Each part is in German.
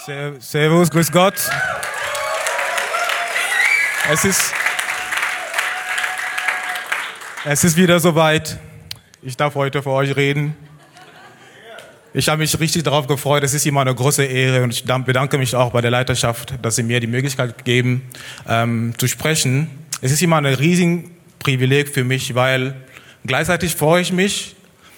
Servus, grüß Gott. Es ist wieder soweit. Ich darf heute vor euch reden. Ich habe mich richtig darauf gefreut. Es ist immer eine große Ehre und ich bedanke mich auch bei der Leiterschaft, dass sie mir die Möglichkeit geben, zu sprechen. Es ist immer ein riesiges Privileg für mich, weil gleichzeitig freue ich mich,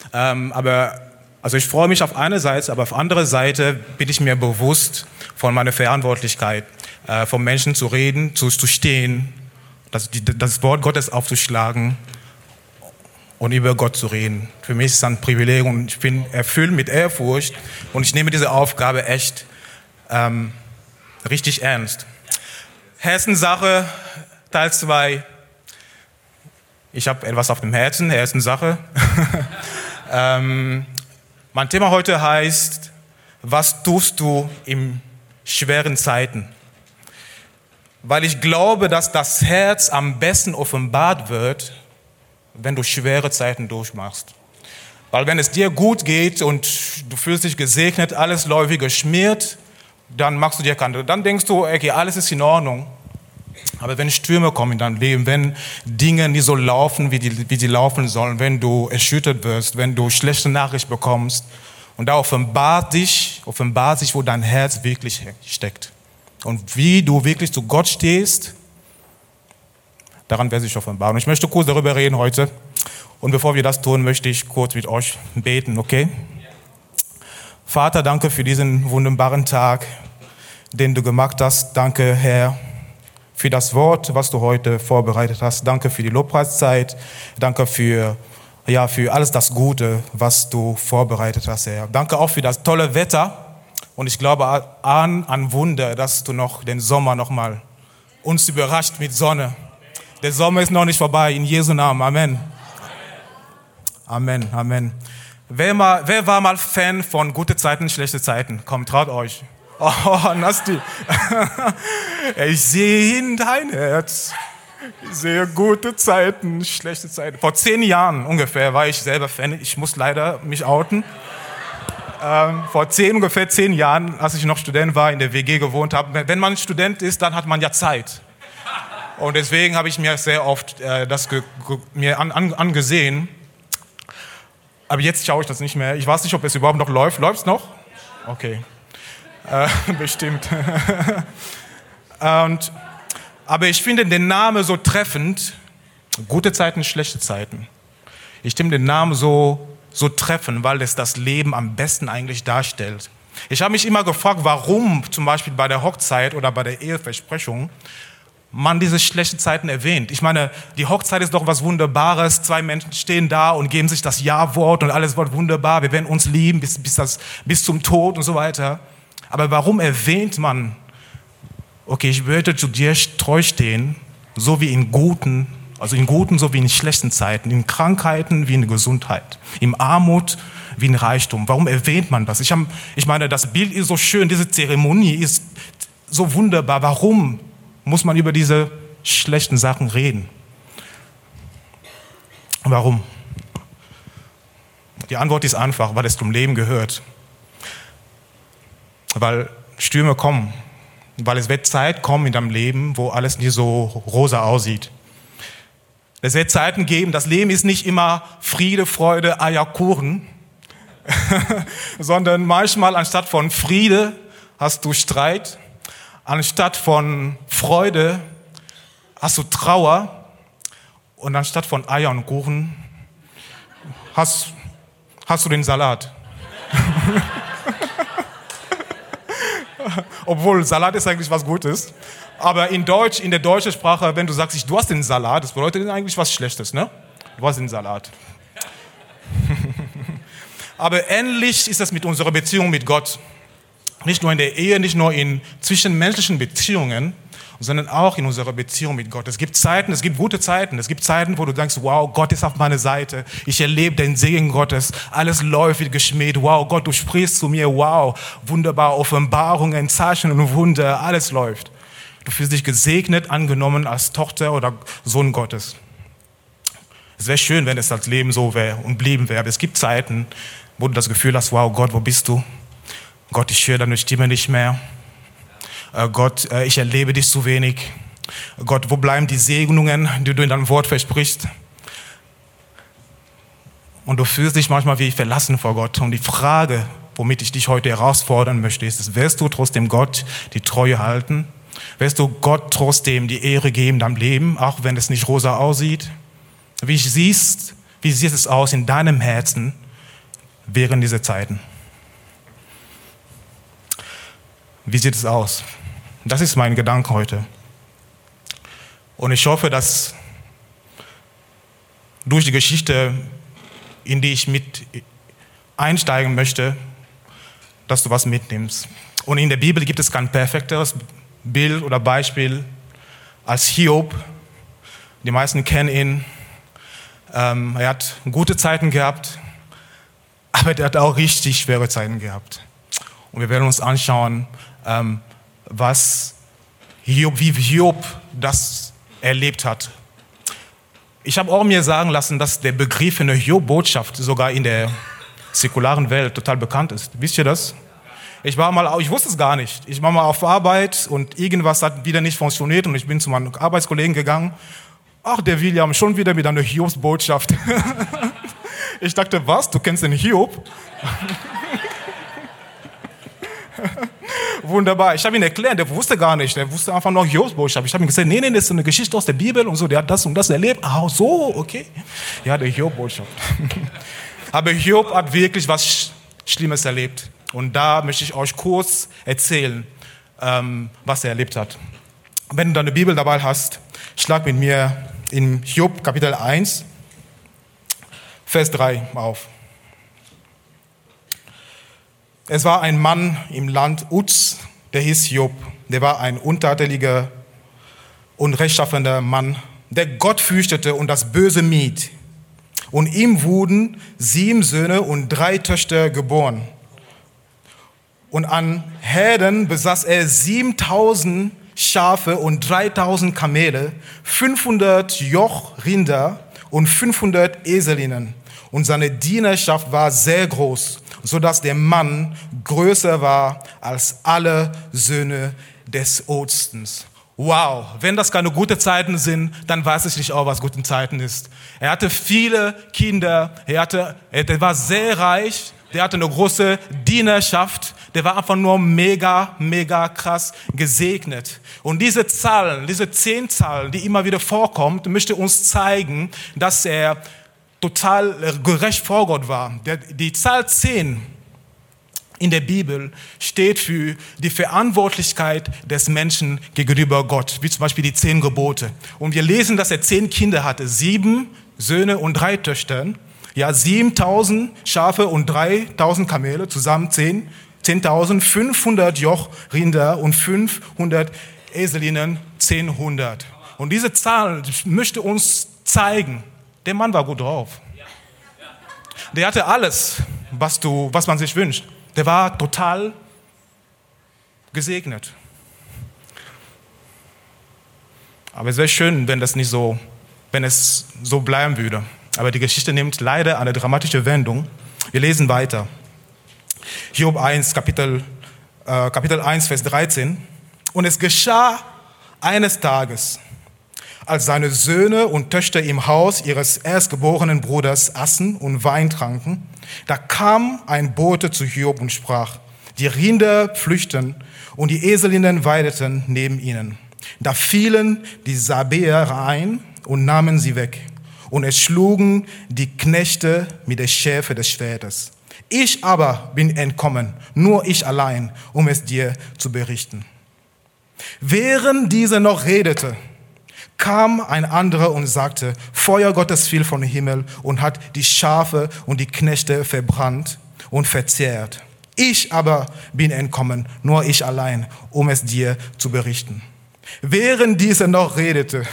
ich freue mich auf eine Seite, aber auf andere Seite bin ich mir bewusst von meiner Verantwortlichkeit, von Menschen zu reden, zu stehen, das Wort Gottes aufzuschlagen und über Gott zu reden. Für mich ist es ein Privileg und ich bin erfüllt mit Ehrfurcht und ich nehme diese Aufgabe echt richtig ernst. Herzenssache, Teil 2. Ich habe etwas auf dem Herzen, Herzenssache. Mein Thema heute heißt, was tust du in schweren Zeiten? Weil ich glaube, dass das Herz am besten offenbart wird, wenn du schwere Zeiten durchmachst. Weil wenn es dir gut geht und du fühlst dich gesegnet, alles läuft wie geschmiert, dann machst du dir keine, dann denkst du, okay, alles ist in Ordnung. Aber wenn Stürme kommen in dein Leben, wenn Dinge nicht so laufen, wie sie laufen sollen, wenn du erschüttert wirst, wenn du schlechte Nachrichten bekommst, und da offenbart sich, wo dein Herz wirklich steckt. Und wie du wirklich zu Gott stehst, daran werde ich offenbaren. Und ich möchte kurz darüber reden heute. Und bevor wir das tun, möchte ich kurz mit euch beten, okay? Vater, danke für diesen wunderbaren Tag, den du gemacht hast. Danke, Herr, für das Wort, was du heute vorbereitet hast. Danke für die Lobpreiszeit. Danke für alles das Gute, was du vorbereitet hast, Herr. Danke auch für das tolle Wetter. Und ich glaube an Wunder, dass du noch den Sommer noch mal uns überrascht mit Sonne. Der Sommer ist noch nicht vorbei. In Jesu Namen. Amen. Amen. Amen. Wer war mal Fan von gute Zeiten, schlechte Zeiten? Komm, traut euch. Oh, Nasti. Ich sehe in dein Herz. Ich sehe gute Zeiten, schlechte Zeiten. Vor 10 Jahren ungefähr war ich selber Fan. Ich muss leider mich outen. Vor ungefähr 10 Jahren, als ich noch Student war, in der WG gewohnt habe. Wenn man Student ist, dann hat man ja Zeit. Und deswegen habe ich mir sehr oft das angesehen. Aber jetzt schaue ich das nicht mehr. Ich weiß nicht, ob es überhaupt noch läuft. Läuft es noch? Okay. Bestimmt. Aber ich finde den Namen so treffend. Gute Zeiten, schlechte Zeiten. Ich finde den Namen so treffend, weil es das Leben am besten eigentlich darstellt. Ich habe mich immer gefragt, warum zum Beispiel bei der Hochzeit oder bei der Eheversprechung man diese schlechten Zeiten erwähnt. Ich meine, die Hochzeit ist doch was Wunderbares. 2 Menschen stehen da und geben sich das Ja-Wort und alles wird wunderbar. Wir werden uns lieben bis zum Tod und so weiter. Aber warum erwähnt man, okay, ich werde zu dir treu stehen, so wie in guten so wie in schlechten Zeiten, in Krankheiten wie in Gesundheit, in Armut wie in Reichtum. Warum erwähnt man das? Ich meine, das Bild ist so schön, diese Zeremonie ist so wunderbar. Warum muss man über diese schlechten Sachen reden? Warum? Die Antwort ist einfach, weil es zum Leben gehört. Weil Stürme kommen. Weil es wird Zeit kommen in deinem Leben, wo alles nicht so rosa aussieht. Es wird Zeiten geben, das Leben ist nicht immer Friede, Freude, Eierkuchen, sondern manchmal anstatt von Friede hast du Streit, anstatt von Freude hast du Trauer und anstatt von Eier und Kuchen hast du den Salat. Obwohl Salat ist eigentlich was Gutes. Aber in der deutschen Sprache, wenn du sagst, du hast den Salat, das bedeutet eigentlich was Schlechtes, ne? Du hast den Salat. Aber ähnlich ist es mit unserer Beziehung mit Gott. Nicht nur in der Ehe, nicht nur in zwischenmenschlichen Beziehungen, sondern auch in unserer Beziehung mit Gott. Es gibt Zeiten, es gibt gute Zeiten. Es gibt Zeiten, wo du denkst, wow, Gott ist auf meiner Seite. Ich erlebe den Segen Gottes. Alles läuft wie geschmäht. Wow, Gott, du sprichst zu mir. Wow, wunderbar. Offenbarungen, Zeichen und Wunder. Alles läuft. Du fühlst dich gesegnet, angenommen als Tochter oder Sohn Gottes. Es wäre schön, wenn es das Leben so wäre und blieben wäre. Aber es gibt Zeiten, wo du das Gefühl hast, wow, Gott, wo bist du? Gott, ich höre deine Stimme nicht mehr. Gott, ich erlebe dich zu wenig. Gott, wo bleiben die Segnungen, die du in deinem Wort versprichst? Und du fühlst dich manchmal wie verlassen vor Gott. Und die Frage, womit ich dich heute herausfordern möchte, ist, wirst du trotzdem Gott die Treue halten? Wirst du Gott trotzdem die Ehre geben in deinem Leben, auch wenn es nicht rosa aussieht? Wie sieht es aus in deinem Herzen während dieser Zeiten? Wie sieht es aus? Das ist mein Gedanke heute. Und ich hoffe, dass durch die Geschichte, in die ich mit einsteigen möchte, dass du was mitnimmst. Und in der Bibel gibt es kein perfekteres Bild oder Beispiel als Hiob. Die meisten kennen ihn. Er hat gute Zeiten gehabt, aber er hat auch richtig schwere Zeiten gehabt. Und wir werden uns anschauen, wie Hiob das erlebt hat. Ich habe auch mir sagen lassen, dass der Begriff eine Hiob-Botschaft sogar in der säkularen Welt total bekannt ist. Wisst ihr das? Ich wusste es gar nicht. Ich war mal auf Arbeit und irgendwas hat wieder nicht funktioniert und ich bin zu meinen Arbeitskollegen gegangen. Ach, der William, schon wieder mit einer Hiobs-Botschaft. Ich dachte, was? Du kennst den Hiob? Wunderbar. Ich habe ihn erklärt, der wusste gar nicht. Der wusste einfach noch Hiobs Botschaft. Ich habe ihm gesagt, nee, das ist eine Geschichte aus der Bibel und so. Der hat das und das erlebt. Ah, so, okay. Ja, der Hiob Botschaft. Aber Hiob hat wirklich was Schlimmes erlebt. Und da möchte ich euch kurz erzählen, was er erlebt hat. Wenn du deine Bibel dabei hast, schlag mit mir in Hiob Kapitel 1, Vers 3 auf. Es war ein Mann im Land Uz, der hieß Hiob. Der war ein untadeliger und rechtschaffener Mann, der Gott fürchtete und das Böse mied. Und ihm wurden 7 Söhne und 3 Töchter geboren. Und an Herden besaß er 7.000 Schafe und 3.000 Kamele, 500 Jochrinder und 500 Eselinnen. Und seine Dienerschaft war sehr groß, sodass der Mann größer war als alle Söhne des Ostens. Wow, wenn das keine guten Zeiten sind, dann weiß ich nicht auch, was gute Zeiten ist. Er hatte viele Kinder, der war sehr reich, der hatte eine große Dienerschaft, der war einfach nur mega, mega krass gesegnet. Und diese Zahlen, diese 10 Zahlen, die immer wieder vorkommen, möchte uns zeigen, dass er total gerecht vor Gott war. Die Zahl 10 in der Bibel steht für die Verantwortlichkeit des Menschen gegenüber Gott, wie zum Beispiel die 10 Gebote. Und wir lesen, dass er 10 Kinder hatte, 7 Söhne und 3 Töchter. Ja, 7.000 Schafe und 3.000 Kamele, zusammen 10.500 Jochrinder und 500 Eselinnen, 10.100. Und diese Zahl möchte uns zeigen, der Mann war gut drauf. Der hatte alles, was man sich wünscht. Der war total gesegnet. Aber es wäre schön, wenn es so bleiben würde. Aber die Geschichte nimmt leider eine dramatische Wendung. Wir lesen weiter. Hiob 1, Kapitel 1, Vers 13. Und es geschah eines Tages, als seine Söhne und Töchter im Haus ihres erstgeborenen Bruders aßen und Wein tranken, da kam ein Bote zu Hiob und sprach, die Rinder pflügten und die Eselinnen weideten neben ihnen. Da fielen die Sabeer ein und nahmen sie weg. Und es schlugen die Knechte mit der Schärfe des Schwertes. Ich aber bin entkommen, nur ich allein, um es dir zu berichten. Während dieser noch redete, kam ein anderer und sagte, Feuer Gottes fiel vom Himmel und hat die Schafe und die Knechte verbrannt und verzehrt. Ich aber bin entkommen, nur ich allein, um es dir zu berichten. Während dieser noch redete,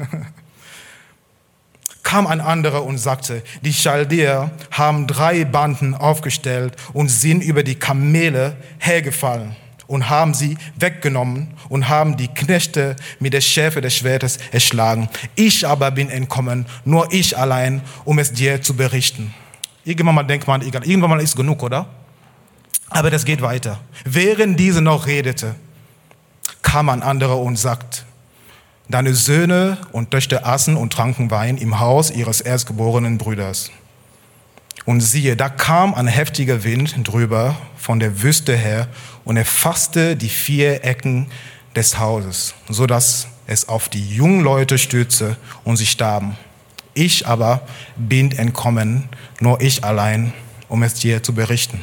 kam ein anderer und sagte, die Chaldäer haben 3 Banden aufgestellt und sind über die Kamele hergefallen und haben sie weggenommen und haben die Knechte mit der Schärfe des Schwertes erschlagen. Ich aber bin entkommen, nur ich allein, um es dir zu berichten. Irgendwann mal denkt man, irgendwann mal ist genug, oder? Aber das geht weiter. Während diese noch redete, kam ein anderer und sagt, deine Söhne und Töchter aßen und tranken Wein im Haus ihres erstgeborenen Bruders. Und siehe, da kam ein heftiger Wind drüber von der Wüste her und erfasste die 4 Ecken des Hauses, so dass es auf die jungen Leute stürzte und sie starben. Ich aber bin entkommen, nur ich allein, um es dir zu berichten.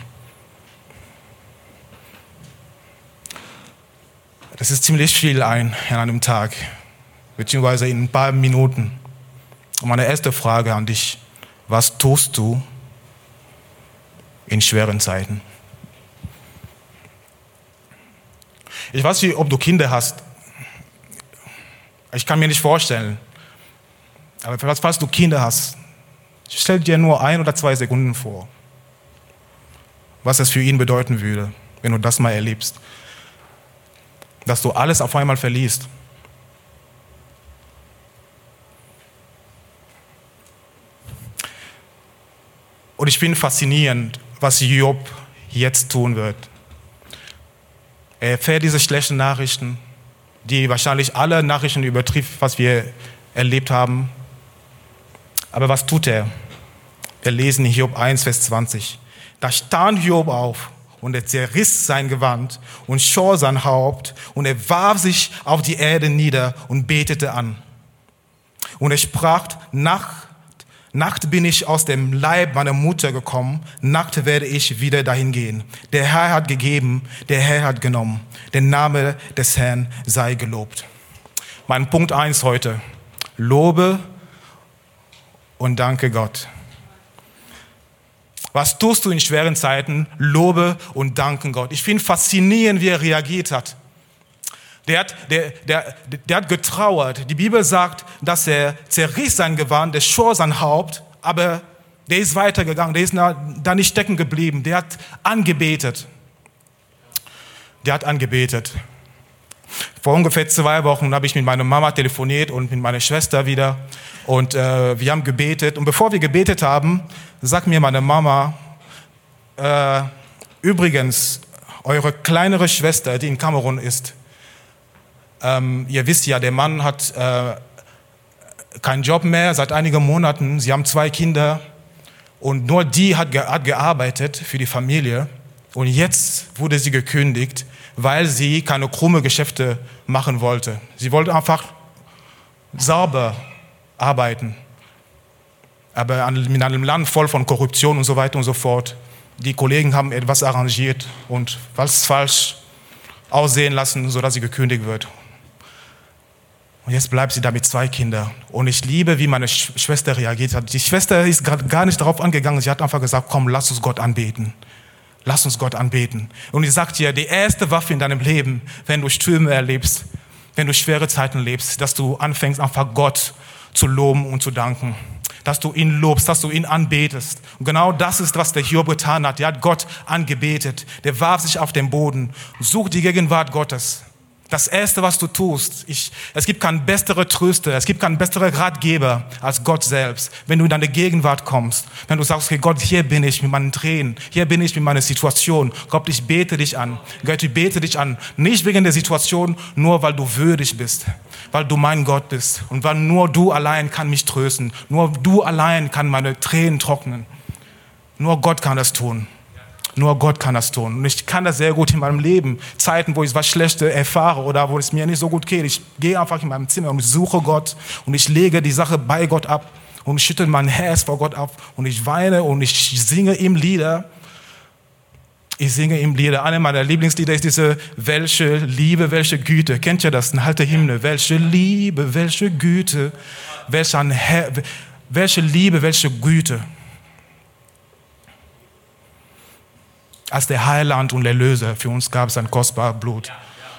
Das ist ziemlich viel an einem Tag, beziehungsweise in ein paar Minuten. Und meine erste Frage an dich, was tust du in schweren Zeiten? Ich weiß nicht, ob du Kinder hast. Ich kann mir nicht vorstellen. Aber falls du Kinder hast, stell dir nur 1 oder 2 Sekunden vor, was es für ihn bedeuten würde, wenn du das mal erlebst. Dass du alles auf einmal verlierst. Und ich finde faszinierend, was Job jetzt tun wird. Er erfährt diese schlechten Nachrichten, die wahrscheinlich alle Nachrichten übertrifft, was wir erlebt haben. Aber was tut er? Wir lesen in Hiob 1, Vers 20. Da stand Hiob auf und er zerriss sein Gewand und schor sein Haupt und er warf sich auf die Erde nieder und betete an. Und er sprach, Nacht bin ich aus dem Leib meiner Mutter gekommen, Nacht werde ich wieder dahin gehen. Der Herr hat gegeben, der Herr hat genommen. Der Name des Herrn sei gelobt. Mein Punkt 1 heute, lobe und danke Gott. Was tust du in schweren Zeiten? Lobe und danke Gott. Ich finde faszinierend, wie er reagiert hat. Der hat getrauert. Die Bibel sagt, dass er zerriss sein Gewand, der schor sein Haupt, aber der ist weitergegangen, der ist da nicht stecken geblieben. Der hat angebetet. Vor ungefähr 2 Wochen habe ich mit meiner Mama telefoniert und mit meiner Schwester wieder. Und wir haben gebetet. Und bevor wir gebetet haben, sagt mir meine Mama, übrigens, eure kleinere Schwester, die in Kamerun ist, ihr wisst ja, der Mann hat keinen Job mehr seit einigen Monaten. Sie haben 2 Kinder und nur die hat gearbeitet für die Familie. Und jetzt wurde sie gekündigt, weil sie keine krumme Geschäfte machen wollte. Sie wollte einfach sauber arbeiten. Aber in einem Land voll von Korruption und so weiter und so fort. Die Kollegen haben etwas arrangiert und was falsch aussehen lassen, sodass sie gekündigt wird. Und jetzt bleibt sie da mit 2 Kindern. Und ich liebe, wie meine Schwester reagiert hat. Die Schwester ist gar nicht darauf angegangen. Sie hat einfach gesagt, komm, lass uns Gott anbeten. Lass uns Gott anbeten. Und ich sage dir, die erste Waffe in deinem Leben, wenn du Stürme erlebst, wenn du schwere Zeiten lebst, dass du anfängst, einfach Gott zu loben und zu danken. Dass du ihn lobst, dass du ihn anbetest. Und genau das ist, was der Hiob getan hat. Der hat Gott angebetet. Der warf sich auf den Boden. Such die Gegenwart Gottes. Das Erste, was du tust, es gibt keinen besseren Tröster, es gibt keinen besseren Ratgeber als Gott selbst. Wenn du in deine Gegenwart kommst, wenn du sagst, okay, Gott, hier bin ich mit meinen Tränen, hier bin ich mit meiner Situation. Gott, ich bete dich an. Gott, ich bete dich an. Nicht wegen der Situation, nur weil du würdig bist, weil du mein Gott bist und weil nur du allein kann mich trösten. Nur du allein kann meine Tränen trocknen. Nur Gott kann das tun. Nur Gott kann das tun. Und ich kann das sehr gut in meinem Leben. Zeiten, wo ich was Schlechtes erfahre oder wo es mir nicht so gut geht. Ich gehe einfach in meinem Zimmer und ich suche Gott und ich lege die Sache bei Gott ab und ich schüttle mein Herz vor Gott ab und ich weine und ich singe ihm Lieder. Ich singe ihm Lieder. Eine meiner Lieblingslieder ist diese Welche Liebe, welche Güte. Kennt ihr das? Eine alte Hymne. Welche Liebe, welche Güte. Welche Liebe, welche Güte. Als der Heiland und Erlöser für uns gab es ein kostbares Blut.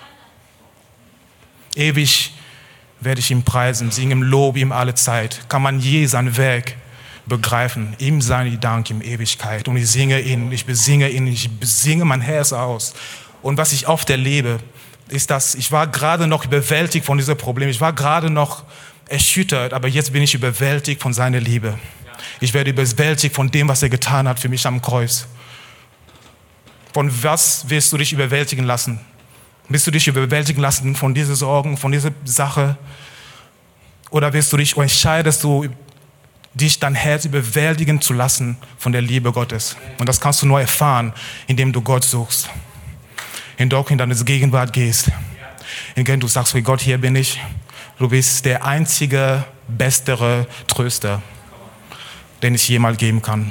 Ewig werde ich ihn preisen, singen Lob ihm alle Zeit. Kann man je sein Werk begreifen. Ihm sei Dank in Ewigkeit. Und ich singe ihn, ich besinge ihn, ich besinge mein Herz aus. Und was ich oft erlebe, ist, dass ich war gerade noch überwältigt von diesem Problem. Ich war gerade noch erschüttert, aber jetzt bin ich überwältigt von seiner Liebe. Ich werde überwältigt von dem, was er getan hat für mich am Kreuz. Von was wirst du dich überwältigen lassen? Willst du dich überwältigen lassen von diesen Sorgen, von dieser Sache? Oder entscheidest du dich, dein Herz überwältigen zu lassen von der Liebe Gottes? Und das kannst du nur erfahren, indem du Gott suchst. Indem du in deine Gegenwart gehst. Indem du sagst, wie Gott, hier bin ich. Du bist der einzige, bessere Tröster, den ich jemals geben kann.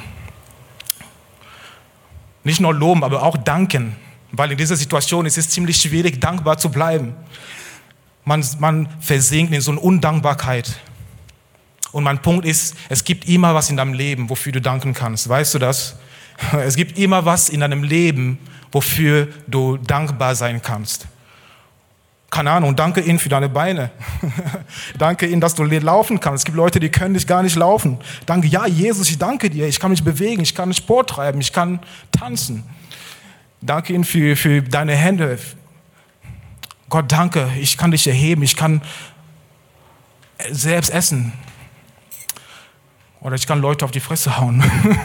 Nicht nur loben, aber auch danken. Weil in dieser Situation ist es ziemlich schwierig, dankbar zu bleiben. Man versinkt in so eine Undankbarkeit. Und mein Punkt ist, es gibt immer was in deinem Leben, wofür du danken kannst. Weißt du das? Es gibt immer was in deinem Leben, wofür du dankbar sein kannst. Keine Ahnung, danke Ihnen für deine Beine. Danke Ihnen, dass du laufen kannst. Es gibt Leute, die können dich gar nicht laufen. Danke, ja, Jesus, ich danke dir. Ich kann mich bewegen, ich kann Sport treiben, ich kann tanzen. Danke Ihnen für deine Hände. Gott, danke, ich kann dich erheben, ich kann selbst essen. Oder ich kann Leute auf die Fresse hauen.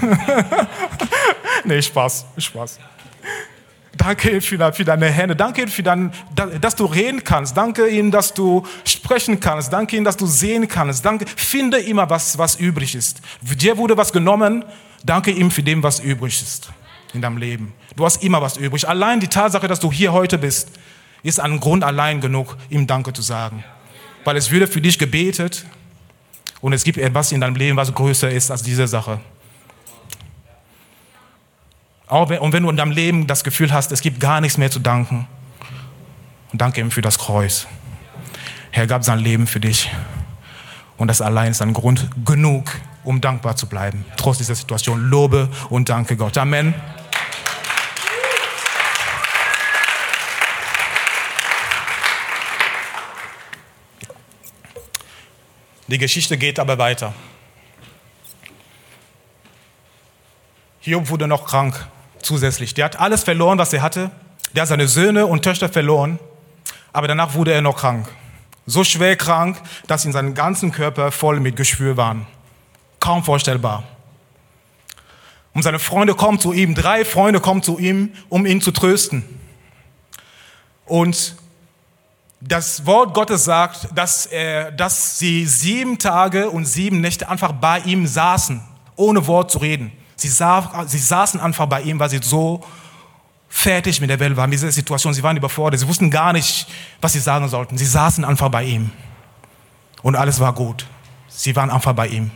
Nee, Spaß. Danke Ihnen für deine Hände. Danke Ihnen, dass du reden kannst. Danke Ihnen, dass du sprechen kannst. Danke Ihnen, dass du sehen kannst. Danke. Finde immer was übrig ist. Dir wurde was genommen. Danke ihm für dem, was übrig ist in deinem Leben. Du hast immer was übrig. Allein die Tatsache, dass du hier heute bist, ist ein Grund allein genug, ihm Danke zu sagen. Weil es würde für dich gebetet und es gibt etwas in deinem Leben, was größer ist als diese Sache. Und wenn du in deinem Leben das Gefühl hast, es gibt gar nichts mehr zu danken, danke ihm für das Kreuz. Er gab sein Leben für dich. Und das allein ist ein Grund genug, um dankbar zu bleiben. Trotz dieser Situation. Lobe und danke Gott. Amen. Die Geschichte geht aber weiter. Hiob wurde noch krank zusätzlich. Der hat alles verloren, was er hatte. Der hat seine Söhne und Töchter verloren. Aber danach wurde er noch krank. So schwer krank, dass in seinem ganzen Körper voll mit Geschwür waren. Kaum vorstellbar. Und seine Freunde kommen zu ihm, 3 Freunde kommen zu ihm, um ihn zu trösten. Und das Wort Gottes sagt, dass sie 7 Tage und 7 Nächte einfach bei ihm saßen, ohne Wort zu reden. Sie saßen einfach bei ihm, weil sie so fertig mit der Welt waren, mit dieser Situation. Sie waren überfordert, sie wussten gar nicht, was sie sagen sollten. Sie saßen einfach bei ihm und alles war gut. Sie waren einfach bei ihm.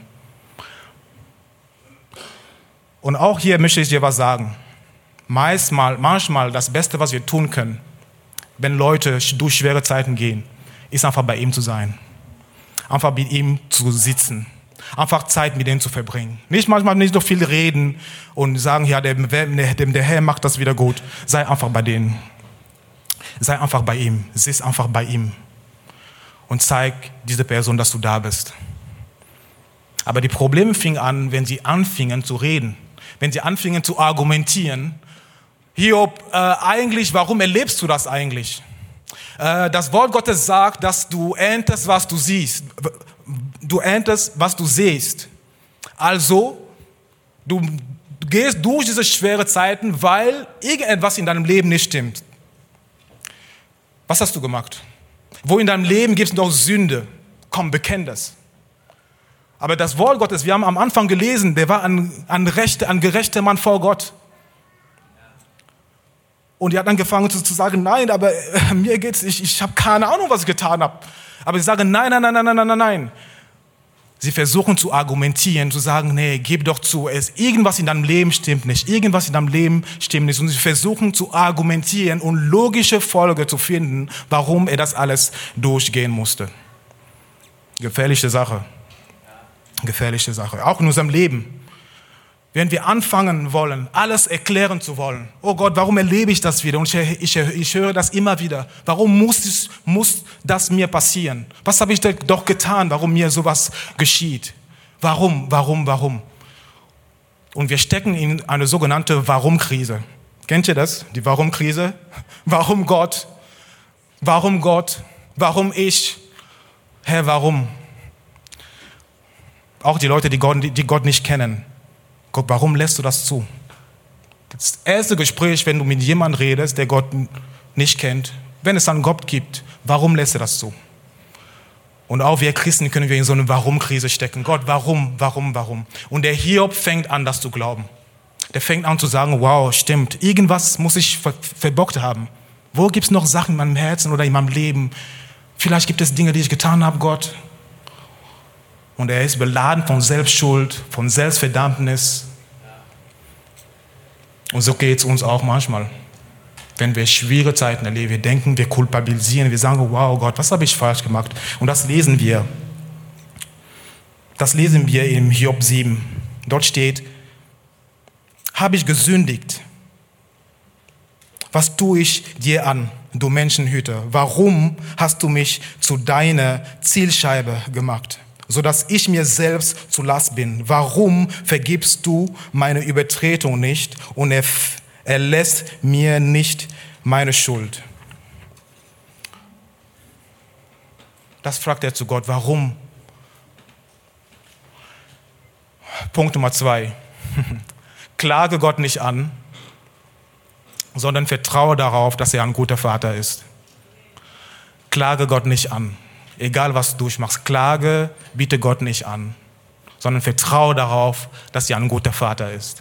Und auch hier möchte ich dir was sagen. Manchmal das Beste, was wir tun können, wenn Leute durch schwere Zeiten gehen, ist einfach bei ihm zu sein. Einfach mit ihm zu sitzen. Einfach Zeit mit ihm zu verbringen. Manchmal nicht so viel reden und sagen, ja, der Herr macht das wieder gut. Sei einfach bei denen. Sei einfach bei ihm. Sitz einfach bei ihm. Und zeig dieser Person, dass du da bist. Aber die Probleme fingen an, wenn sie anfingen zu reden. Wenn sie anfingen zu argumentieren. Hiob, warum erlebst du das eigentlich? Das Wort Gottes sagt, dass du erntest, was du siehst. Du erntest, was du siehst. Also, du gehst durch diese schweren Zeiten, weil irgendetwas in deinem Leben nicht stimmt. Was hast du gemacht? Wo in deinem Leben gibt es noch Sünde? Komm, bekenn das. Aber das Wort Gottes, wir haben am Anfang gelesen, der war ein gerechter Mann vor Gott. Und er hat angefangen zu sagen, nein, aber mir geht's, ich habe keine Ahnung, was ich getan habe. Aber sie sagen, nein. Sie versuchen zu argumentieren, zu sagen, nee, gib doch zu, irgendwas in deinem Leben stimmt nicht, Und sie versuchen zu argumentieren und logische Folge zu finden, warum er das alles durchgehen musste. Gefährliche Sache. Auch in unserem Leben. Wenn wir anfangen wollen, alles erklären zu wollen, oh Gott, warum erlebe ich das wieder? Und ich höre das immer wieder. Warum muss das mir passieren? Was habe ich doch getan, warum mir sowas geschieht? Warum? Und wir stecken in eine sogenannte Warum-Krise. Kennt ihr das? Die Warum-Krise? Warum Gott? Warum ich? Herr, warum? Auch die Leute, die Gott nicht kennen. Gott, warum lässt du das zu? Das erste Gespräch, wenn du mit jemandem redest, der Gott nicht kennt, wenn es einen Gott gibt, warum lässt er das zu? Und auch wir Christen können wir in so eine Warum-Krise stecken. Gott, warum? Und der Hiob fängt an, das zu glauben. Der fängt an zu sagen, wow, stimmt, irgendwas muss ich verbockt haben. Wo gibt es noch Sachen in meinem Herzen oder in meinem Leben? Vielleicht gibt es Dinge, die ich getan habe, Gott. Und er ist beladen von Selbstschuld, von Selbstverdammnis. Und so geht es uns auch manchmal. Wenn wir schwierige Zeiten erleben, wir denken, wir kulpabilisieren, wir sagen, wow Gott, was habe ich falsch gemacht? Und das lesen wir. Das lesen wir im Hiob 7. Dort steht, habe ich gesündigt? Was tue ich dir an, du Menschenhüter? Warum hast du mich zu deiner Zielscheibe gemacht, sodass ich mir selbst zu Last bin? Warum vergibst du meine Übertretung nicht und erlässt mir nicht meine Schuld? Das fragt er zu Gott. Warum? Punkt Nummer 2. Klage Gott nicht an, sondern vertraue darauf, dass er ein guter Vater ist. Klage Gott nicht an. Egal, was du durchmachst, klage, biete Gott nicht an, sondern vertraue darauf, dass er ein guter Vater ist.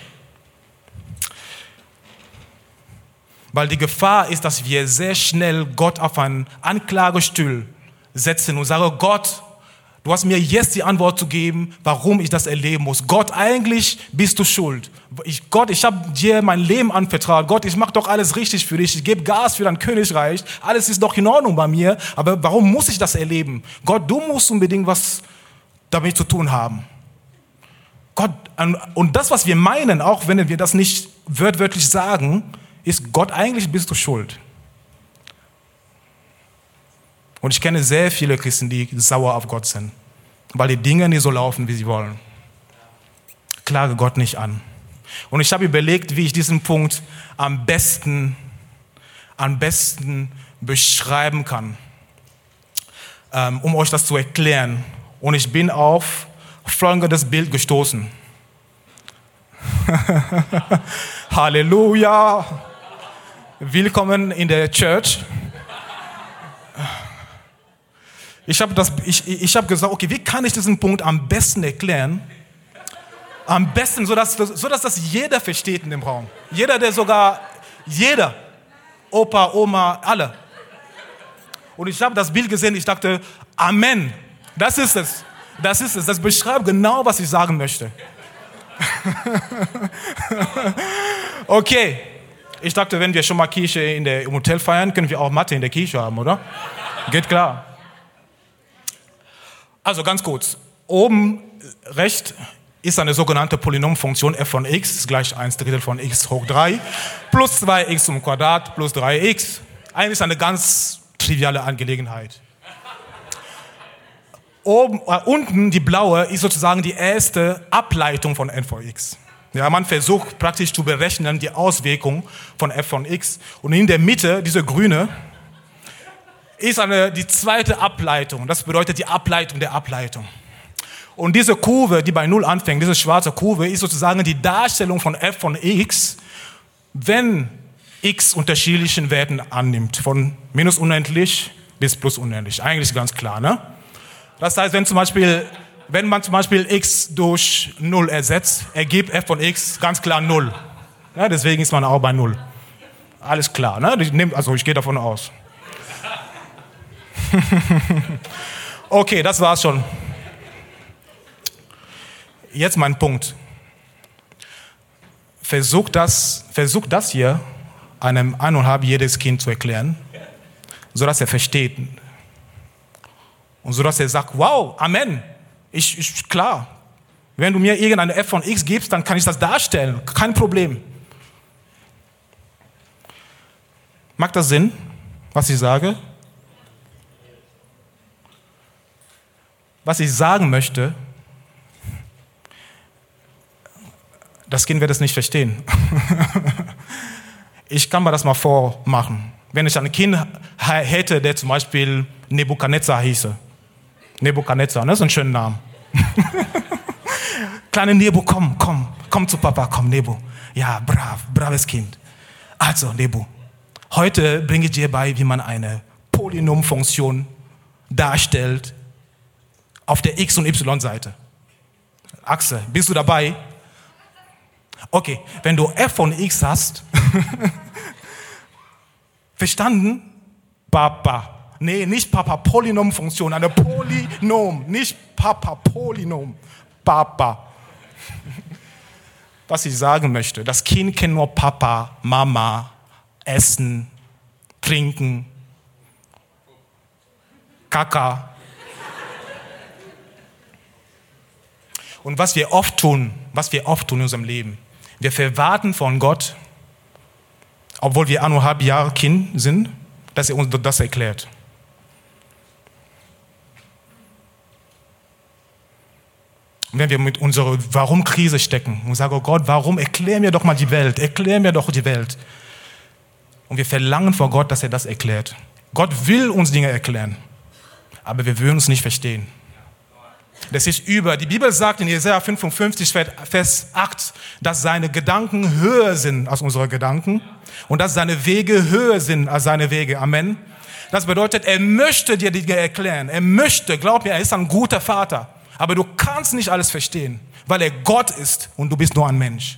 Weil die Gefahr ist, dass wir sehr schnell Gott auf einen Anklagestuhl setzen und sagen, Gott, du hast mir jetzt die Antwort zu geben, warum ich das erleben muss. Gott, eigentlich bist du schuld. Gott, ich habe dir mein Leben anvertraut. Gott, ich mache doch alles richtig für dich. Ich gebe Gas für dein Königreich. Alles ist doch in Ordnung bei mir. Aber warum muss ich das erleben? Gott, du musst unbedingt was damit zu tun haben. Gott, und das, was wir meinen, auch wenn wir das nicht wörtlich sagen, ist, Gott, eigentlich bist du schuld. Und ich kenne sehr viele Christen, die sauer auf Gott sind, weil die Dinge nicht so laufen, wie sie wollen. Klage Gott nicht an. Und ich habe überlegt, wie ich diesen Punkt am besten beschreiben kann, um euch das zu erklären. Und ich bin auf folgendes Bild gestoßen. Halleluja! Willkommen in der Church. Ich habe gesagt, okay, wie kann ich diesen Punkt am besten erklären? Am besten, sodass das jeder versteht in dem Raum. Jeder, Opa, Oma, alle. Und ich habe das Bild gesehen, ich dachte, Amen, das ist es. Das beschreibt genau, was ich sagen möchte. Okay, ich dachte, wenn wir schon mal Kirche im Hotel feiern, können wir auch Mathe in der Kirche haben, oder? Geht klar. Also ganz kurz, oben rechts ist eine sogenannte Polynomfunktion f von x ist gleich 1/3 von x hoch 3 plus 2x zum Quadrat plus 3x. Eigentlich eine ganz triviale Angelegenheit. Unten die blaue ist sozusagen die erste Ableitung von f von x. Ja, man versucht praktisch zu berechnen die Auswirkung von f von x. Und in der Mitte, diese grüne, ist die zweite Ableitung. Das bedeutet die Ableitung der Ableitung. Und diese Kurve, die bei 0 anfängt, diese schwarze Kurve, ist sozusagen die Darstellung von f von x, wenn x unterschiedlichen Werten annimmt. Von minus unendlich bis plus unendlich. Eigentlich ganz klar, ne? Das heißt, wenn man zum Beispiel x durch 0 ersetzt, ergibt f von x ganz klar 0. Ja, deswegen ist man auch bei 0. Alles klar, ne? Ich gehe davon aus. Okay, das war's schon. Jetzt mein Punkt. Versuch das hier einem 1,5-jährigen Kind zu erklären, sodass er versteht. Und sodass er sagt, wow, Amen, klar. Wenn du mir irgendeine f von x gibst, dann kann ich das darstellen. Kein Problem. Macht das Sinn, was ich sage? Was ich sagen möchte, das Kind wird es nicht verstehen. Ich kann mir das mal vormachen. Wenn ich ein Kind hätte, der zum Beispiel Nebukadnezar hieße. Nebukadnezar, das ist ein schöner Name. Kleine Nebu, komm zu Papa, komm Nebu. Ja, braves Kind. Also Nebu, Heute bringe ich dir bei, wie man eine Polynomfunktion darstellt auf der X- und Y-Seite. Achse, bist du dabei? Okay, wenn du f von x hast, verstanden? Papa. Nee, nicht Papa, Polynomfunktion, eine Polynom, nicht Papa, Polynom. Papa. Was ich sagen möchte, das Kind kennt nur Papa, Mama, Essen, Trinken, Kaka. Und was wir oft tun in unserem Leben, wir verwarten von Gott, obwohl wir 1,5 Jahre Kind sind, dass er uns das erklärt. Und wenn wir mit unserer Warum-Krise stecken und sagen, oh Gott, warum, erklär mir doch mal die Welt, erklär mir doch die Welt. Und wir verlangen vor Gott, dass er das erklärt. Gott will uns Dinge erklären, aber wir würden es nicht verstehen. Das ist die Bibel sagt in Jesaja 55, Vers 8, dass seine Gedanken höher sind als unsere Gedanken und dass seine Wege höher sind als seine Wege. Amen. Das bedeutet, er möchte dir Dinge erklären. Er möchte, glaub mir, er ist ein guter Vater. Aber du kannst nicht alles verstehen, weil er Gott ist und du bist nur ein Mensch.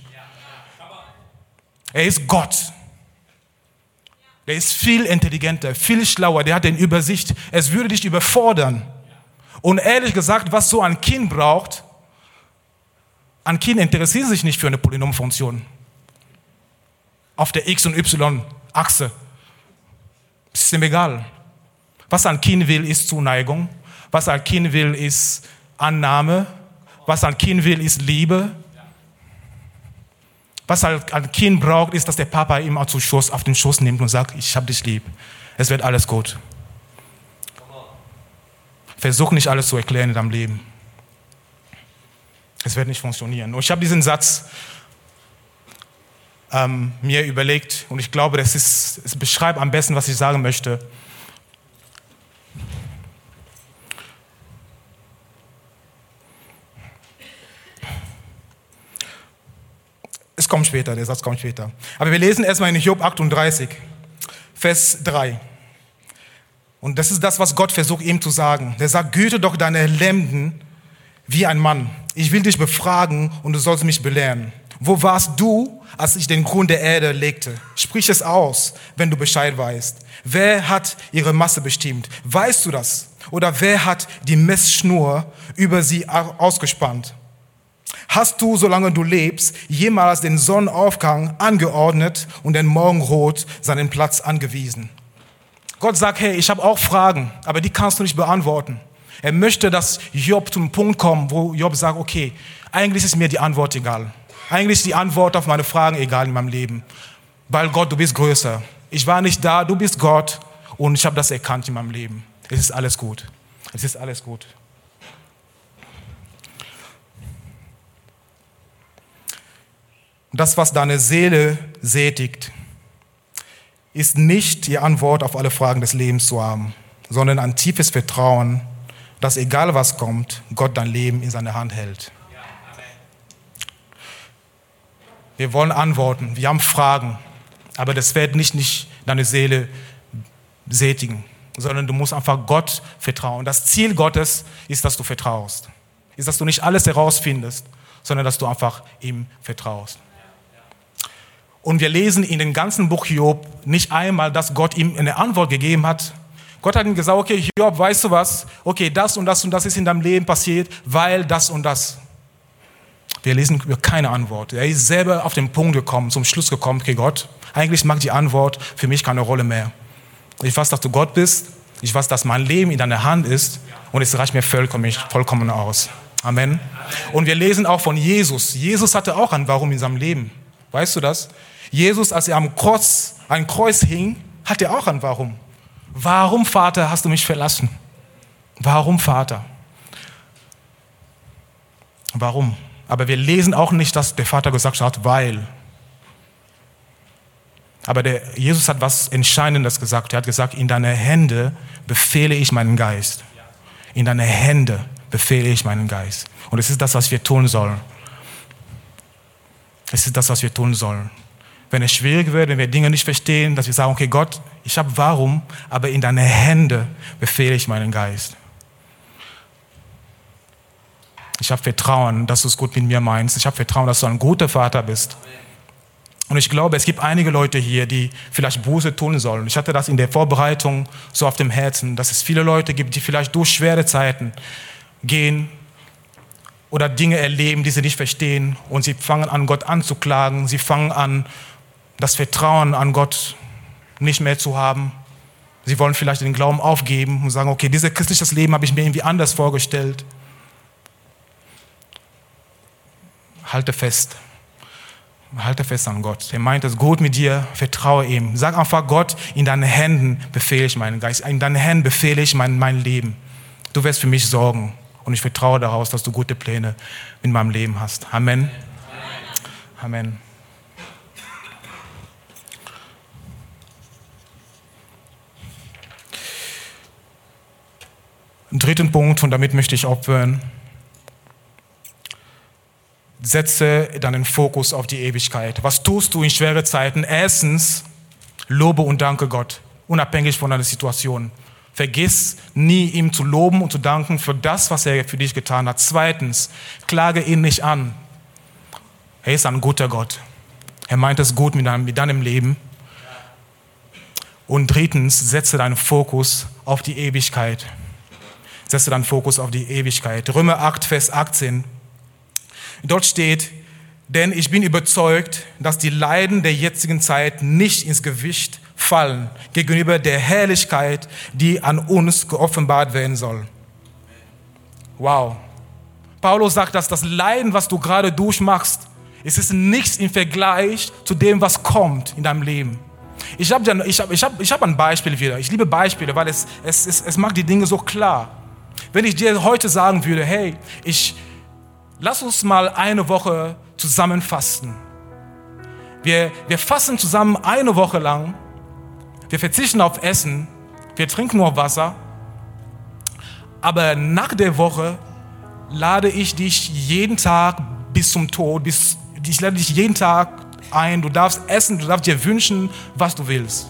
Er ist Gott. Der ist viel intelligenter, viel schlauer, der hat eine Übersicht. Es würde dich überfordern. Und ehrlich gesagt, was so ein Kind braucht, ein Kind interessiert sich nicht für eine Polynomfunktion auf der X- und Y-Achse. Ist ihm egal. Was ein Kind will, ist Zuneigung. Was ein Kind will, ist Annahme. Was ein Kind will, ist Liebe. Was ein Kind braucht, ist, dass der Papa ihm auf den Schoß nimmt und sagt, ich hab dich lieb. Es wird alles gut. Versuch nicht alles zu erklären in deinem Leben. Es wird nicht funktionieren. Und ich habe diesen Satz mir überlegt und ich glaube, es beschreibt am besten, was ich sagen möchte. Es kommt später, der Satz kommt später. Aber wir lesen erstmal in Hiob 38, Vers 3. Und das ist das, was Gott versucht ihm zu sagen. Der sagt, güte doch deine Lenden wie ein Mann. Ich will dich befragen und du sollst mich belehren. Wo warst du, als ich den Grund der Erde legte? Sprich es aus, wenn du Bescheid weißt. Wer hat ihre Masse bestimmt? Weißt du das? Oder wer hat die Messschnur über sie ausgespannt? Hast du, solange du lebst, jemals den Sonnenaufgang angeordnet und den Morgenrot seinen Platz angewiesen? Gott sagt, hey, ich habe auch Fragen, aber die kannst du nicht beantworten. Er möchte, dass Job zum Punkt kommt, wo Job sagt, okay, eigentlich ist mir die Antwort egal. Eigentlich ist die Antwort auf meine Fragen egal in meinem Leben. Weil Gott, du bist größer. Ich war nicht da, du bist Gott und ich habe das erkannt in meinem Leben. Es ist alles gut. Es ist alles gut. Das, was deine Seele sättigt, ist nicht die Antwort auf alle Fragen des Lebens zu haben, sondern ein tiefes Vertrauen, dass egal was kommt, Gott dein Leben in seiner Hand hält. Wir wollen Antworten, wir haben Fragen, aber das wird nicht deine Seele sättigen, sondern du musst einfach Gott vertrauen. Das Ziel Gottes ist, dass du vertraust. Ist, dass du nicht alles herausfindest, sondern dass du einfach ihm vertraust. Und wir lesen in dem ganzen Buch Hiob nicht einmal, dass Gott ihm eine Antwort gegeben hat. Gott hat ihm gesagt, okay, Hiob, weißt du was? Okay, das und das und das ist in deinem Leben passiert, weil das und das. Wir lesen über keine Antwort. Er ist selber auf den Punkt gekommen, zum Schluss gekommen, okay Gott, eigentlich macht die Antwort für mich keine Rolle mehr. Ich weiß, dass du Gott bist, ich weiß, dass mein Leben in deiner Hand ist und es reicht mir vollkommen aus. Amen. Und wir lesen auch von Jesus. Jesus hatte auch ein Warum in seinem Leben. Weißt du das? Jesus, als er am Kreuz hing, hatte auch ein Warum. Warum, Vater, hast du mich verlassen? Warum, Vater? Warum? Aber wir lesen auch nicht, dass der Vater gesagt hat, weil. Aber Jesus hat was Entscheidendes gesagt. Er hat gesagt, in deine Hände befehle ich meinen Geist. In deine Hände befehle ich meinen Geist. Und es ist das, was wir tun sollen. Es ist das, was wir tun sollen. wenn es schwierig wird, wenn wir Dinge nicht verstehen, dass wir sagen, okay Gott, ich habe Warum, aber in deine Hände befehle ich meinen Geist. Ich habe Vertrauen, dass du es gut mit mir meinst. Ich habe Vertrauen, dass du ein guter Vater bist. Und ich glaube, es gibt einige Leute hier, die vielleicht Buße tun sollen. Ich hatte das in der Vorbereitung so auf dem Herzen, dass es viele Leute gibt, die vielleicht durch schwere Zeiten gehen oder Dinge erleben, die sie nicht verstehen. Und sie fangen an, Gott anzuklagen. Sie fangen an, das Vertrauen an Gott nicht mehr zu haben. Sie wollen vielleicht den Glauben aufgeben und sagen, okay, dieses christliches Leben habe ich mir irgendwie anders vorgestellt. Halte fest an Gott. Er meint es gut mit dir, vertraue ihm. Sag einfach, Gott, in deinen Händen befehle ich meinen Geist, in deinen Händen befehle ich mein Leben. Du wirst für mich sorgen und ich vertraue daraus, dass du gute Pläne in meinem Leben hast. Amen. Amen. Einen dritten Punkt, und damit möchte ich aufhören. Setze deinen Fokus auf die Ewigkeit. Was tust du in schweren Zeiten? Erstens, lobe und danke Gott, unabhängig von deiner Situation. Vergiss nie, ihm zu loben und zu danken für das, was er für dich getan hat. Zweitens, klage ihn nicht an. Er ist ein guter Gott. Er meint es gut mit deinem Leben. Und drittens, setze deinen Fokus auf die Ewigkeit. Setze deinen Fokus auf die Ewigkeit. Römer 8, Vers 18. Dort steht, denn ich bin überzeugt, dass die Leiden der jetzigen Zeit nicht ins Gewicht fallen gegenüber der Herrlichkeit, die an uns geoffenbart werden soll. Wow. Paulus sagt, dass das Leiden, was du gerade durchmachst, es ist nichts im Vergleich zu dem, was kommt in deinem Leben. Ich hab ein Beispiel wieder. Ich liebe Beispiele, weil es macht die Dinge so klar. Wenn ich dir heute sagen würde, hey, lass uns mal eine Woche zusammen fasten. Wir fasten zusammen eine Woche lang. Wir verzichten auf Essen. Wir trinken nur Wasser. Aber nach der Woche lade ich dich jeden Tag bis zum Tod. Ich lade dich jeden Tag ein. Du darfst essen, du darfst dir wünschen, was du willst.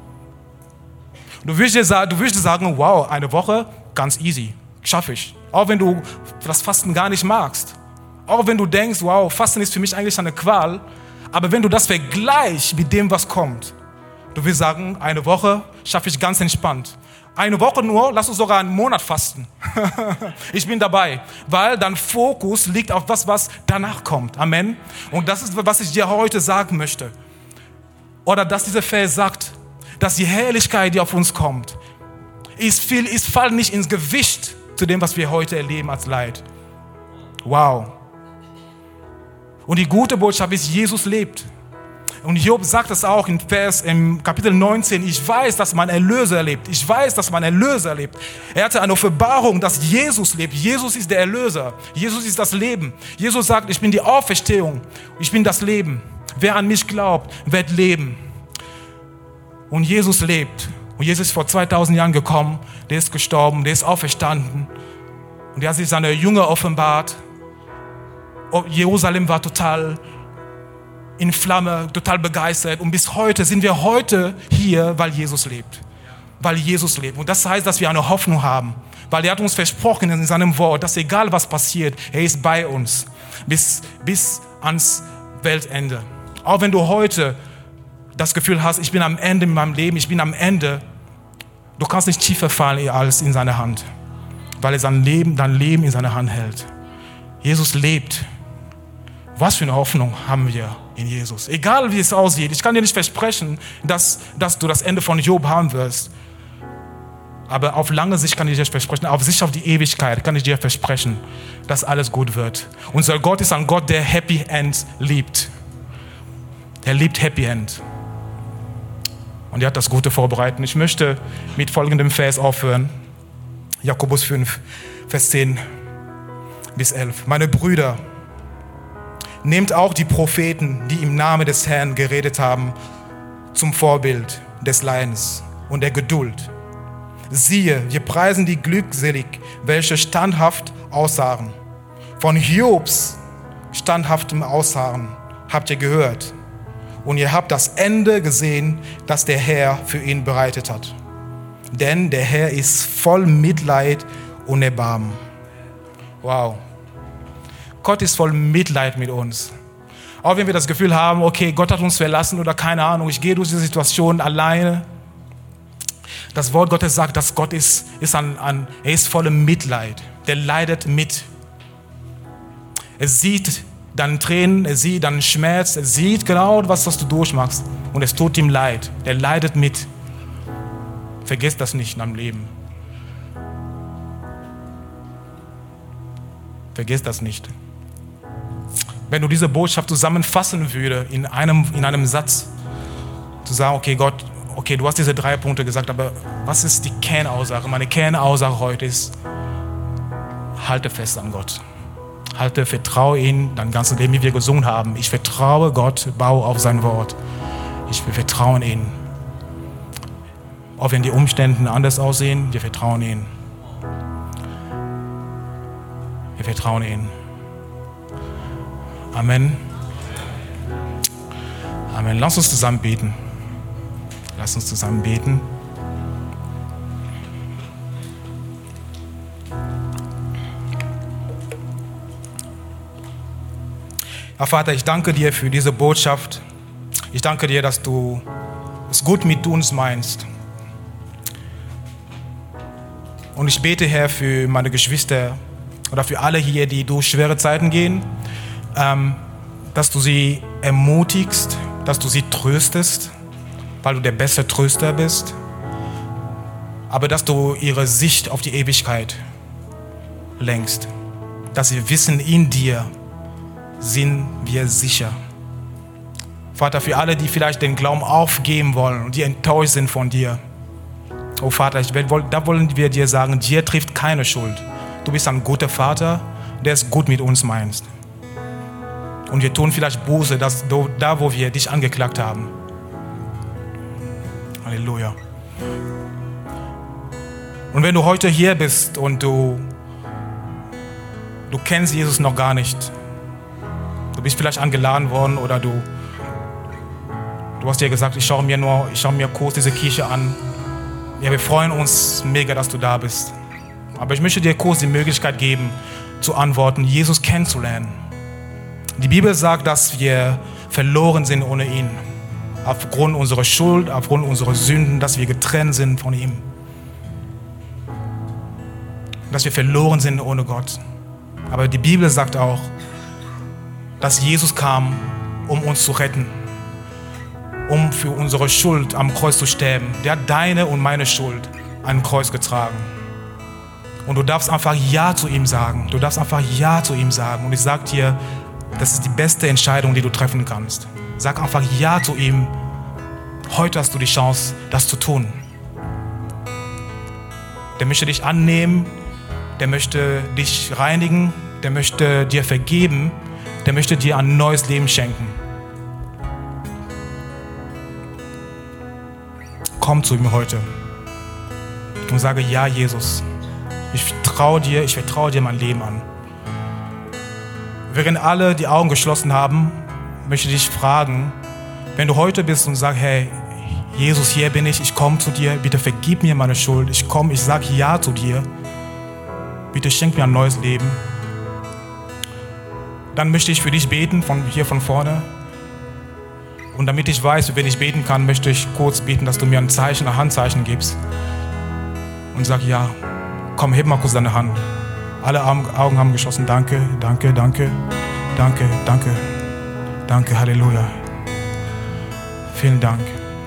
Du würdest sagen, wow, eine Woche, ganz easy, schaffe ich. Auch wenn du das Fasten gar nicht magst. Auch wenn du denkst, wow, Fasten ist für mich eigentlich eine Qual. Aber wenn du das vergleichst mit dem, was kommt, du wirst sagen, eine Woche schaffe ich ganz entspannt. Eine Woche nur, lass uns sogar einen Monat fasten. Ich bin dabei, weil dein Fokus liegt auf das, was danach kommt. Amen. Und das ist, was ich dir heute sagen möchte. Oder dass dieser Vers sagt, dass die Herrlichkeit, die auf uns kommt, fällt nicht ins Gewicht zu dem, was wir heute erleben als Leid. Wow. Und die gute Botschaft ist, Jesus lebt. Und Job sagt es auch im Kapitel 19, ich weiß, dass mein Erlöser lebt. Ich weiß, dass mein Erlöser lebt. Er hatte eine Offenbarung, dass Jesus lebt. Jesus ist der Erlöser. Jesus ist das Leben. Jesus sagt, ich bin die Auferstehung. Ich bin das Leben. Wer an mich glaubt, wird leben. Und Jesus lebt. Und Jesus ist vor 2000 Jahren gekommen. Der ist gestorben, der ist auferstanden. Und er hat sich seine Jünger offenbart. Jerusalem war total in Flamme, total begeistert. Und bis heute sind wir heute hier, weil Jesus lebt. Weil Jesus lebt. Und das heißt, dass wir eine Hoffnung haben. Weil er hat uns versprochen in seinem Wort, dass egal was passiert, er ist bei uns. Bis ans Weltende. Auch wenn du heute das Gefühl hast, ich bin am Ende in meinem Leben, ich bin am Ende. Du kannst nicht tiefer fallen als in seine Hand. Weil er dein Leben in seiner Hand hält. Jesus lebt. Was für eine Hoffnung haben wir in Jesus? Egal wie es aussieht, ich kann dir nicht versprechen, dass du das Ende von Job haben wirst. Aber auf lange Sicht kann ich dir versprechen, auf Sicht auf die Ewigkeit kann ich dir versprechen, dass alles gut wird. Unser Gott ist ein Gott, der Happy End liebt. Er liebt Happy End. Und er hat das Gute vorbereitet. Ich möchte mit folgendem Vers aufhören. Jakobus 5, Vers 10 bis 11. Meine Brüder, nehmt auch die Propheten, die im Namen des Herrn geredet haben, zum Vorbild des Leidens und der Geduld. Siehe, wir preisen die glückselig, welche standhaft ausharren. Von Hiobs standhaftem Ausharren habt ihr gehört. und ihr habt das Ende gesehen, das der Herr für ihn bereitet hat. Denn der Herr ist voll Mitleid und Erbarmen. Wow. Gott ist voll Mitleid mit uns. Auch wenn wir das Gefühl haben, okay, Gott hat uns verlassen oder keine Ahnung, ich gehe durch diese Situation alleine. Das Wort Gottes sagt, dass Gott er ist voller Mitleid. Der leidet mit. Er sieht deine Tränen, er sieht deinen Schmerz, er sieht genau, was du durchmachst. Und es tut ihm leid. Der leidet mit. Vergiss das nicht in deinem Leben. Vergiss das nicht. Wenn du diese Botschaft zusammenfassen würdest in einem Satz, zu sagen, okay Gott, okay, du hast diese 3 Punkte gesagt, aber was ist die Kernaussage? Meine Kernaussage heute ist, halte fest an Gott. Vertraue ihm dein ganzes Leben, wie wir gesungen haben. Ich vertraue Gott, baue auf sein Wort. Ich will vertrauen ihm. Auch wenn die Umstände anders aussehen, wir vertrauen ihm. Wir vertrauen ihm. Amen. Amen. Lass uns zusammen beten. Lass uns zusammen beten. Herr Vater, ich danke dir für diese Botschaft. Ich danke dir, dass du es gut mit uns meinst. Und ich bete, Herr, für meine Geschwister oder für alle hier, die durch schwere Zeiten gehen, dass du sie ermutigst, dass du sie tröstest, weil du der beste Tröster bist, aber dass du ihre Sicht auf die Ewigkeit lenkst, dass sie wissen, in dir sind wir sicher. Vater, für alle, die vielleicht den Glauben aufgeben wollen und die enttäuscht sind von dir, oh Vater, da wollen wir dir sagen, dir trifft keine Schuld. Du bist ein guter Vater, der es gut mit uns meinst. Und wir tun vielleicht Buße, da wo wir dich angeklagt haben. Halleluja. Und wenn du heute hier bist und du kennst Jesus noch gar nicht, du bist vielleicht eingeladen worden oder du hast dir gesagt, ich schaue mir kurz diese Kirche an. Ja, wir freuen uns mega, dass du da bist. Aber ich möchte dir kurz die Möglichkeit geben, zu antworten, Jesus kennenzulernen. Die Bibel sagt, dass wir verloren sind ohne ihn. Aufgrund unserer Schuld, aufgrund unserer Sünden, dass wir getrennt sind von ihm. Dass wir verloren sind ohne Gott. Aber die Bibel sagt auch, dass Jesus kam, um uns zu retten. Um für unsere Schuld am Kreuz zu sterben. Der hat deine und meine Schuld an ein Kreuz getragen. Und du darfst einfach Ja zu ihm sagen. Du darfst einfach Ja zu ihm sagen. Und ich sage dir, das ist die beste Entscheidung, die du treffen kannst. Sag einfach Ja zu ihm. Heute hast du die Chance, das zu tun. Der möchte dich annehmen. Der möchte dich reinigen. Der möchte dir vergeben. Der möchte dir ein neues Leben schenken. Komm zu ihm heute und sage, ja, Jesus, ich vertraue dir mein Leben an. Während alle die Augen geschlossen haben, möchte ich dich fragen, wenn du heute bist und sagst, hey, Jesus, hier bin ich komme zu dir, bitte vergib mir meine Schuld, ich sage Ja zu dir, bitte schenk mir ein neues Leben. Dann möchte ich für dich beten, von vorne. Und damit ich weiß, wenn ich beten kann, möchte ich kurz beten, dass du mir ein Handzeichen gibst. Und sag, ja, komm, heb mal kurz deine Hand. Alle Augen haben geschlossen. Danke, danke, danke, danke, danke, danke, Halleluja. Vielen Dank.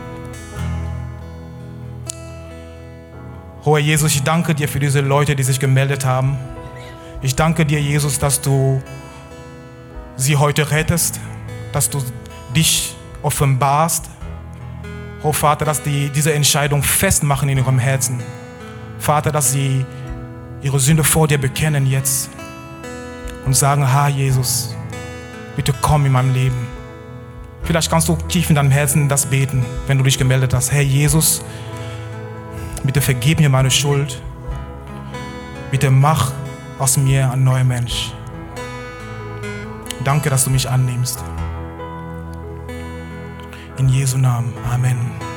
Hoher Jesus, ich danke dir für diese Leute, die sich gemeldet haben. Ich danke dir, Jesus, dass du sie heute rettest, dass du dich offenbarst. Oh Vater, dass die diese Entscheidung festmachen in ihrem Herzen. Vater, dass sie ihre Sünde vor dir bekennen jetzt und sagen, Jesus, bitte komm in meinem Leben. Vielleicht kannst du tief in deinem Herzen das beten, wenn du dich gemeldet hast. Herr Jesus, bitte vergib mir meine Schuld. Bitte mach aus mir ein neuer Mensch. Danke, dass du mich annimmst. In Jesu Namen. Amen.